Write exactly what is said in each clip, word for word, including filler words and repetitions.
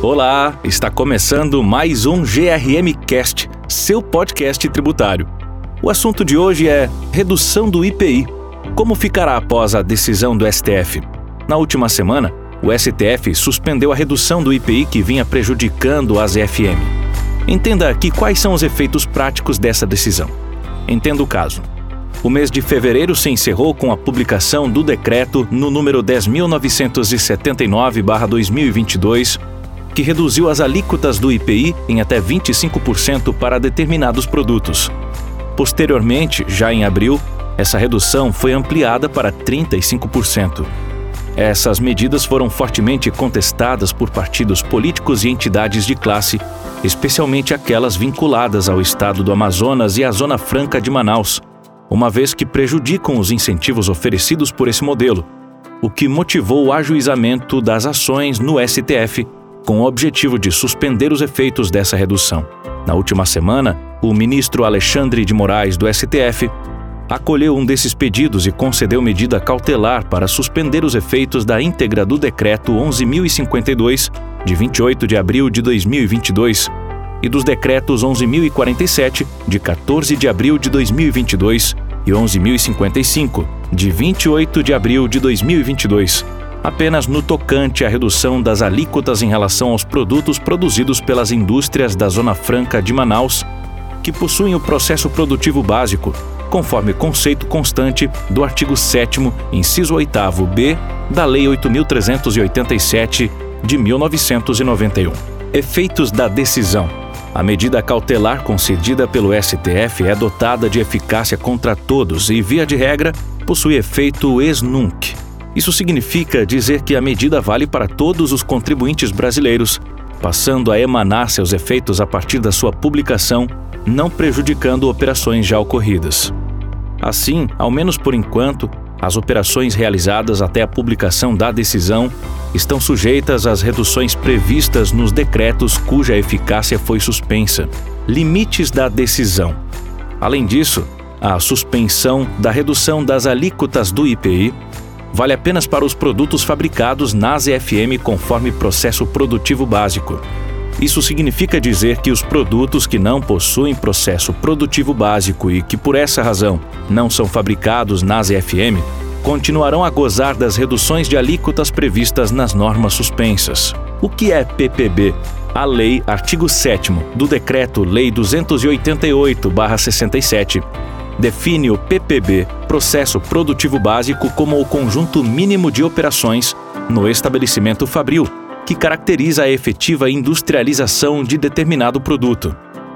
Olá, está começando mais um G R M Cast, seu podcast tributário. O assunto de hoje é redução do I P I. Como ficará após a decisão do S T F? Na última semana, o S T F suspendeu a redução do I P I que vinha prejudicando as E F M. Entenda aqui quais são os efeitos práticos dessa decisão. Entenda o caso. O mês de fevereiro se encerrou com a publicação do decreto no número dez mil novecentos e setenta e nove barra dois mil e vinte e dois, que reduziu as alíquotas do I P I em até vinte e cinco por cento para determinados produtos. Posteriormente, já em abril, essa redução foi ampliada para trinta e cinco por cento. Essas medidas foram fortemente contestadas por partidos políticos e entidades de classe, especialmente aquelas vinculadas ao estado do Amazonas e à Zona Franca de Manaus, uma vez que prejudicam os incentivos oferecidos por esse modelo, o que motivou o ajuizamento das ações no S T F, com o objetivo de suspender os efeitos dessa redução. Na última semana, o ministro Alexandre de Moraes, do S T F, acolheu um desses pedidos e concedeu medida cautelar para suspender os efeitos da íntegra do Decreto onze mil e cinquenta e dois, de vinte e oito de abril de dois mil e vinte e dois, e dos Decretos onze mil e quarenta e sete, de quatorze de abril de dois mil e vinte e dois, e onze mil e cinquenta e cinco, de vinte e oito de abril de dois mil e vinte e dois, apenas no tocante à redução das alíquotas em relação aos produtos produzidos pelas indústrias da Zona Franca de Manaus, que possuem o processo produtivo básico, conforme conceito constante do artigo sétimo, inciso oitavo B, da Lei oito mil trezentos e oitenta e sete, de mil novecentos e noventa e um. Efeitos da decisão. A medida cautelar concedida pelo S T F é dotada de eficácia contra todos e, via de regra, possui efeito ex nunc. Isso significa dizer que a medida vale para todos os contribuintes brasileiros, passando a emanar seus efeitos a partir da sua publicação, não prejudicando operações já ocorridas. Assim, ao menos por enquanto, as operações realizadas até a publicação da decisão estão sujeitas às reduções previstas nos decretos cuja eficácia foi suspensa. Limites da decisão. Além disso, a suspensão da redução das alíquotas do I P I vale apenas para os produtos fabricados nas E F M conforme processo produtivo básico. Isso significa dizer que os produtos que não possuem processo produtivo básico e que, por essa razão, não são fabricados nas E F M, continuarão a gozar das reduções de alíquotas previstas nas normas suspensas. O que é P P B? A Lei, artigo sétimo do Decreto-Lei duzentos e oitenta e oito barra sessenta e sete, define o P P B, Processo Produtivo Básico, como o conjunto mínimo de operações no estabelecimento fabril, que caracteriza a efetiva industrialização de determinado produto.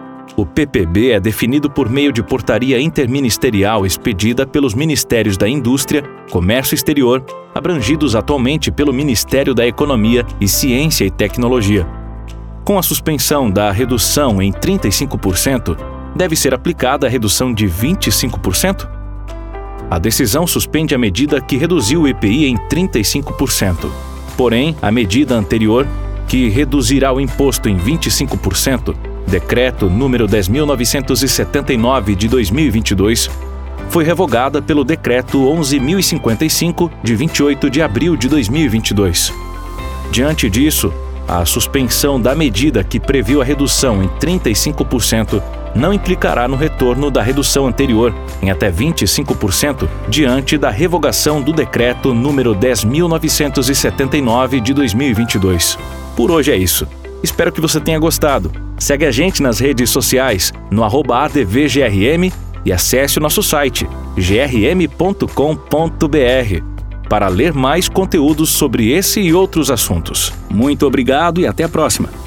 O P P B é definido por meio de portaria interministerial expedida pelos Ministérios da Indústria, Comércio Exterior, abrangidos atualmente pelo Ministério da Economia e Ciência e Tecnologia. Com a suspensão da redução em trinta e cinco por cento, deve ser aplicada a redução de vinte e cinco por cento? A decisão suspende a medida que reduziu o I P I em trinta e cinco por cento. Porém, a medida anterior, que reduzirá o imposto em vinte e cinco por cento, Decreto número dez mil novecentos e setenta e nove de dois mil e vinte e dois, foi revogada pelo Decreto onze mil e cinquenta e cinco, de vinte e oito de abril de dois mil e vinte e dois. Diante disso, a suspensão da medida que previu a redução em trinta e cinco por cento não implicará no retorno da redução anterior, em até vinte e cinco por cento, diante da revogação do Decreto número dez mil novecentos e setenta e nove de dois mil e vinte e dois. Por hoje é isso. Espero que você tenha gostado. Segue a gente nas redes sociais, no arroba A D V G R M e acesse o nosso site, g r m ponto com ponto b r, para ler mais conteúdos sobre esse e outros assuntos. Muito obrigado e até a próxima!